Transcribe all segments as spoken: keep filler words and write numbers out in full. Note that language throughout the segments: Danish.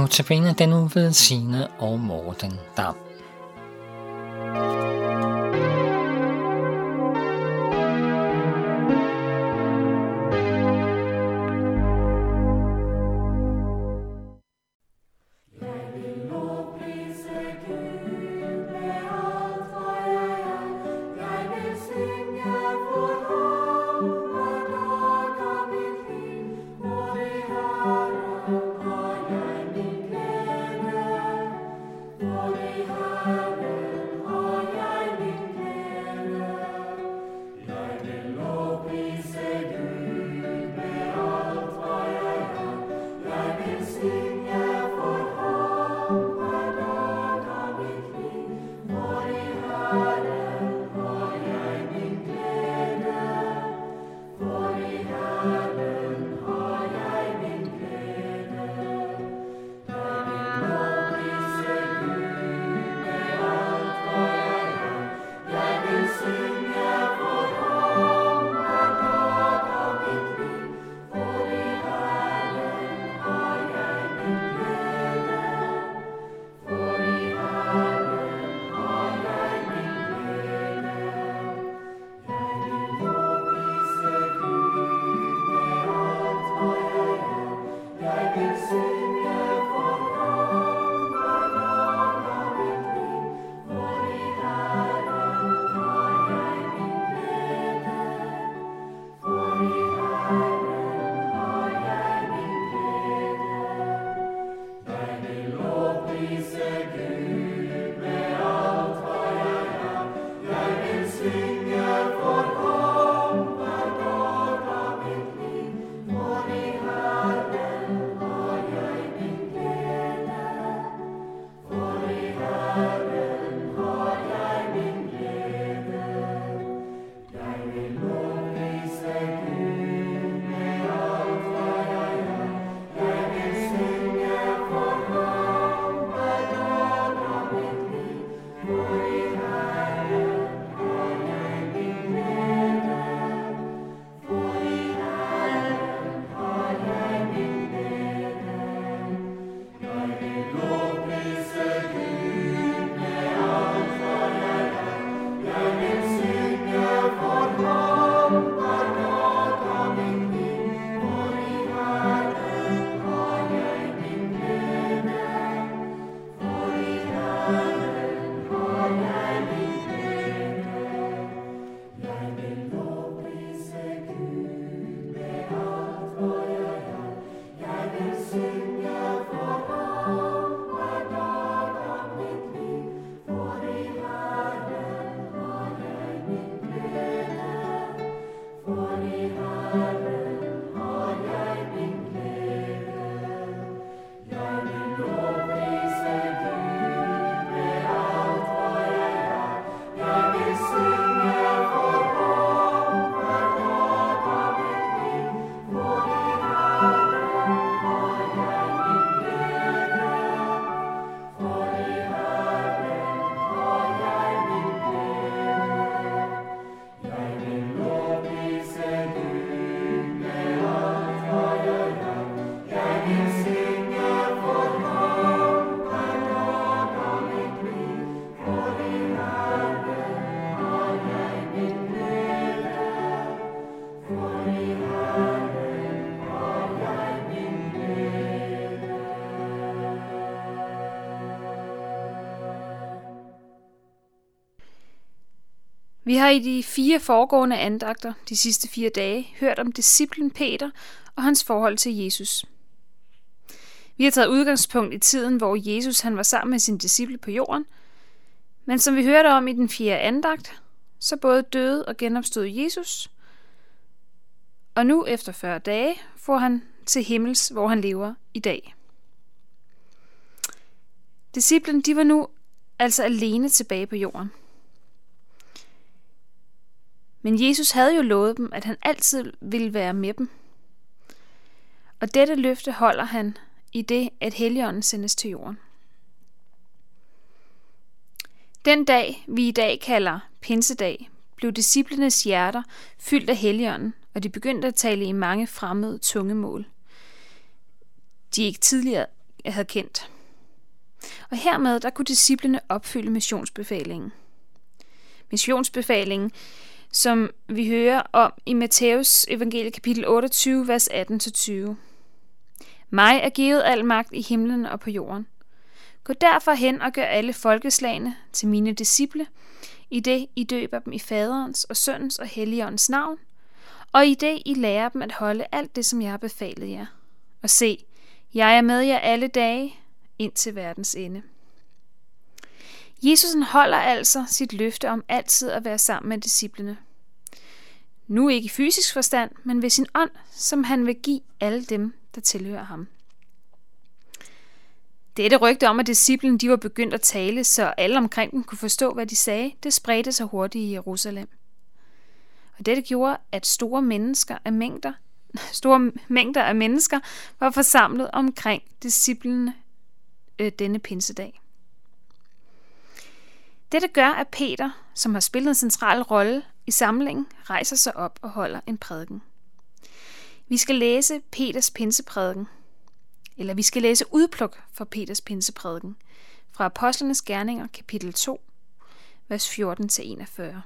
Notabene den uge ved Signe og Morten Dam. Vi har i de fire foregående andagter, de sidste fire dage, hørt om disciplen Peter og hans forhold til Jesus. Vi har taget udgangspunkt i tiden, hvor Jesus han var sammen med sine disciple på jorden, men som vi hørte om i den fjerde andagt, så både døde og genopstod Jesus, og nu efter fyrre dage får han til himmels, hvor han lever i dag. Disciplen, de var nu altså alene tilbage på jorden. Men Jesus havde jo lovet dem, at han altid ville være med dem. Og dette løfte holder han i det, at Helligånden sendes til jorden. Den dag, vi i dag kalder Pinsedag, blev disciplenes hjerter fyldt af Helligånden, og de begyndte at tale i mange fremmede tungemål. De ikke tidligere jeg havde kendt. Og hermed der kunne disciplene opfylde missionsbefalingen. Missionsbefalingen, som vi hører om i Matthæus evangelie kapitel otteogtyve, vers atten til tyve. Mig er givet al magt i himlen og på jorden. Gå derfor hen og gør alle folkeslagene til mine disciple, i det I døber dem i faderens og søndens og helligåndens navn, og i det I lærer dem at holde alt det, som jeg har befalet jer. Og se, jeg er med jer alle dage, ind til verdens ende. Jesus holder altså sit løfte om altid at være sammen med disciplene. Nu ikke i fysisk forstand, men ved sin ånd, som han vil give alle dem, der tilhører ham. Dette rygte om, at disciplene de var begyndt at tale, så alle omkring dem kunne forstå, hvad de sagde, det spredte sig hurtigt i Jerusalem. Og dette gjorde, at store mennesker af mængder, store mængder af mennesker var forsamlet omkring disciplene øh, denne pinsedag. Dette gør, at Peter, som har spillet en central rolle i samlingen, rejser sig op og holder en prædiken. Vi skal læse Peters pinseprædiken, eller vi skal læse udpluk fra Peters pinseprædiken fra Apostlenes Gerninger, kapitel to, vers fjorten til enogfyrre.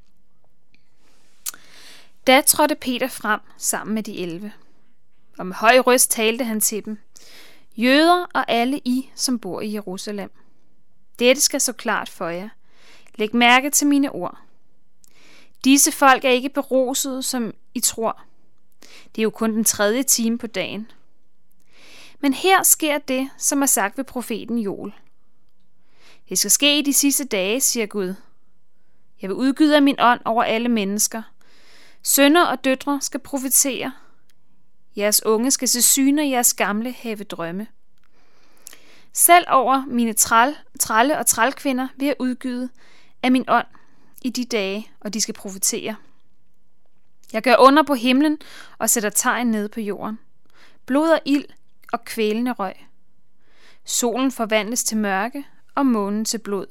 Da trådte Peter frem sammen med de elleve, og med høj røst talte han til dem: Jøder og alle I, som bor i Jerusalem. Dette skal så klart for jer. Læg mærke til mine ord. Disse folk er ikke berusede, som I tror. Det er jo kun den tredje time på dagen. Men her sker det, som er sagt ved profeten Joel. Det skal ske i de sidste dage, siger Gud. Jeg vil udgyde af min ånd over alle mennesker. Sønner og døtre skal profetere. Jeres unge skal se syner, jeres gamle have drømme. Selv over mine træl, trælle og trælkvinder vil jeg udgyde af min ånd i de dage, og de skal profetere. Jeg gør under på himlen og sætter tegn ned på jorden. Blod og ild og kvælende røg. Solen forvandles til mørke og månen til blod.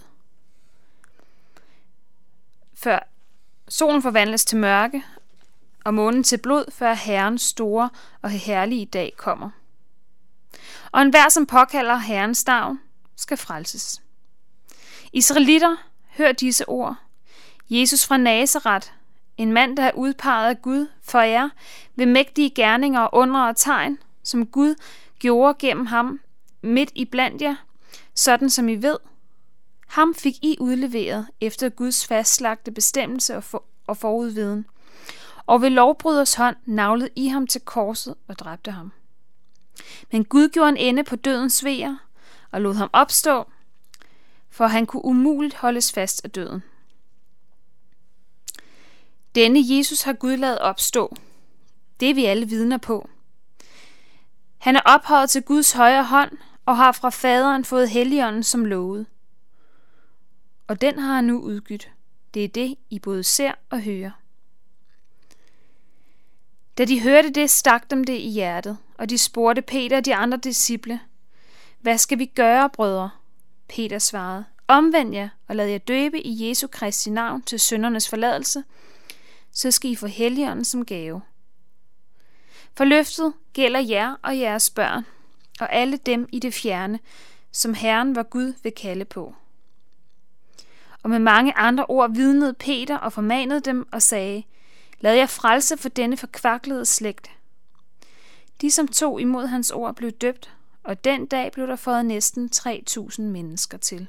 Før solen forvandles til mørke og månen til blod, før Herrens store og herlige dag kommer. Og enhver, som påkalder Herrens navn, skal frelses. Israelitter, hør disse ord. Jesus fra Nazaret, en mand, der er udpeget af Gud for jer, ved mægtige gerninger og under og tegn, som Gud gjorde gennem ham midt i blandt jer, sådan som I ved. Ham fik I udleveret efter Guds fastlagte bestemmelse og, for, og forudviden. Og ved lovbryders hånd naglede I ham til korset og dræbte ham. Men Gud gjorde en ende på dødens vejer og lod ham opstå, for han kunne umuligt holdes fast af døden. Denne Jesus har Gud ladet opstå. Det er vi alle vidner på. Han er ophøjet til Guds højre hånd og har fra faderen fået Helligånden som lovet. Og den har han nu udgydt. Det er det, I både ser og hører. Da de hørte det, stak dem det i hjertet, og de spurgte Peter og de andre disciple: Hvad skal vi gøre, brødre? Peter svarede: Omvend jer og lad jer døbe i Jesu Kristi navn til syndernes forladelse, så skal I få Helligånden som gave. For løftet gælder jer og jeres børn, og alle dem i det fjerne, som Herren vor Gud vil kalde på. Og med mange andre ord vidnede Peter og formanede dem og sagde: Lad jer frelse for denne forkvaklede slægt. De, som tog imod hans ord, blev døbt, og den dag blev der fået næsten tre tusind mennesker til.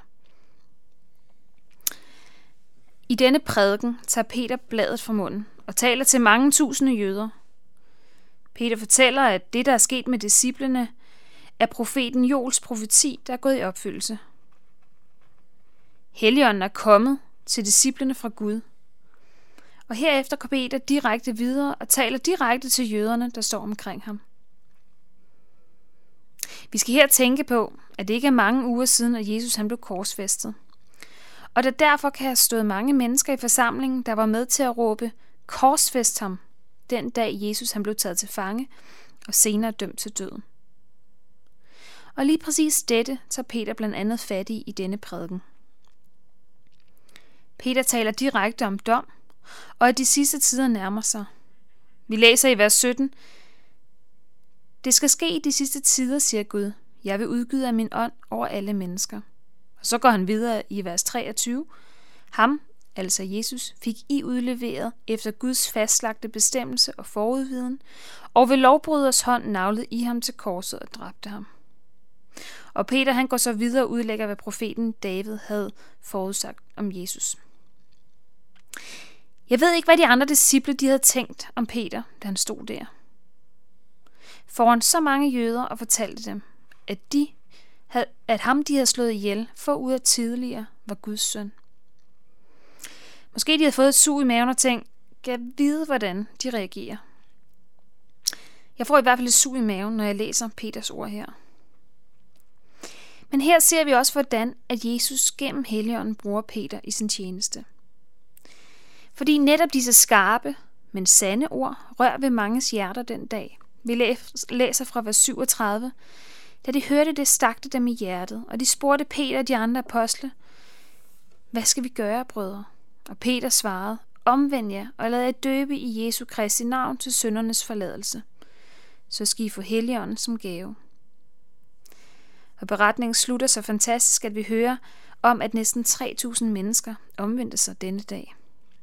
I denne prædiken tager Peter bladet fra munden og taler til mange tusinde jøder. Peter fortæller, at det, der er sket med disciplene, er profeten Joels profeti, der er gået i opfyldelse. Helligånden er kommet til disciplene fra Gud. Og herefter går Peter direkte videre og taler direkte til jøderne, der står omkring ham. Vi skal her tænke på, at det ikke er mange uger siden, at Jesus han blev korsfæstet. Og der derfor kan have stået mange mennesker i forsamlingen, der var med til at råbe: Korsfæst ham, den dag Jesus han blev taget til fange og senere dømt til døden. Og lige præcis dette tager Peter blandt andet fat i i denne prædiken. Peter taler direkte om dom, og at de sidste tider nærmer sig. Vi læser i vers sytten: Det skal ske i de sidste tider, siger Gud. jeg vil udgyde af min ånd over alle mennesker. Og så går han videre i vers treogtyve. Ham, altså Jesus, fik I udleveret efter Guds fastlagte bestemmelse og forudviden, og ved lovbryders hånd navlede I ham til korset og dræbte ham. Og Peter han går så videre og udlægger, hvad profeten David havde forudsagt om Jesus. Jeg ved ikke, hvad de andre disciple de havde tænkt om Peter, da han stod der foran så mange jøder og fortalte dem, at, de havde, at ham, de havde slået ihjel forud af tidligere, var Guds søn. Måske de havde fået et sug i maven og tænkt, kan jeg vide, hvordan de reagerer? Jeg får i hvert fald et sug i maven, når jeg læser Peters ord her. Men her ser vi også, hvordan at Jesus gennem Helligånden bruger Peter i sin tjeneste. Fordi netop disse skarpe, men sande ord rør ved manges hjerter den dag. Vi læser fra vers syvogtredive. Da de hørte det, stak det dem i hjertet, og de spurgte Peter og de andre apostle, hvad skal vi gøre, brødre? Og Peter svarede, omvend jer og lad jer døbe i Jesu Kristi navn til syndernes forladelse. Så skal I få Helligånden som gave. Og beretningen slutter så fantastisk, at vi hører om, at næsten tre tusind mennesker omvendte sig denne dag.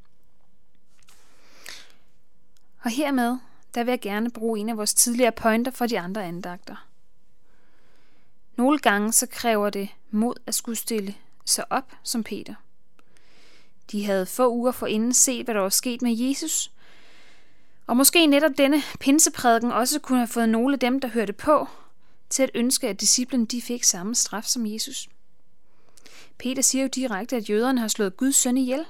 Og hermed, der vil jeg gerne bruge en af vores tidligere pointer for de andre andagter. Nogle gange så kræver det mod at skulle stille sig op som Peter. De havde få uger forinden set, hvad der var sket med Jesus, og måske netop denne pinseprædiken også kunne have fået nogle af dem, der hørte på, til at ønske, at disciplen de fik samme straf som Jesus. Peter siger jo direkte, at jøderne har slået Guds søn ihjel.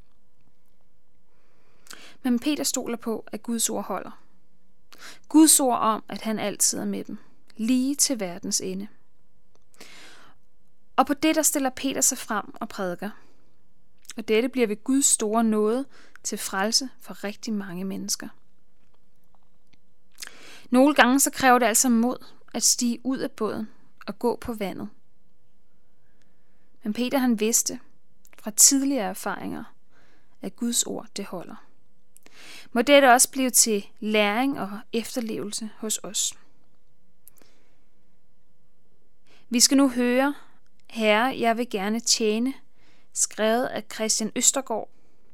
Men Peter stoler på, at Guds ord holder. Guds ord om, at han altid er med dem, lige til verdens ende. Og på det, der stiller Peter sig frem og prædiker. Og dette bliver ved Guds store nåde til frelse for rigtig mange mennesker. Nogle gange så kræver det altså mod at stige ud af båden og gå på vandet. Men Peter han vidste fra tidligere erfaringer, at Guds ord det holder. Må dette også blive til læring og efterlevelse hos os. Vi skal nu høre, Herre, jeg vil gerne tjene, skrevet af Christian Østergaard.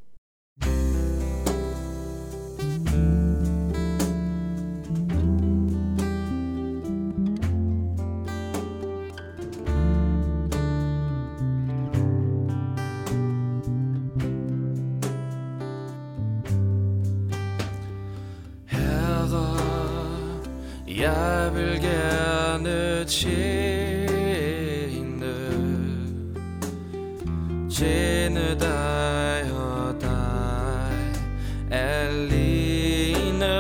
Jeg vil gerne tjene, tjene dig og dig alene.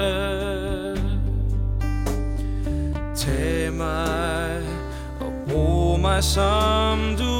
Tag mig og brug mig som du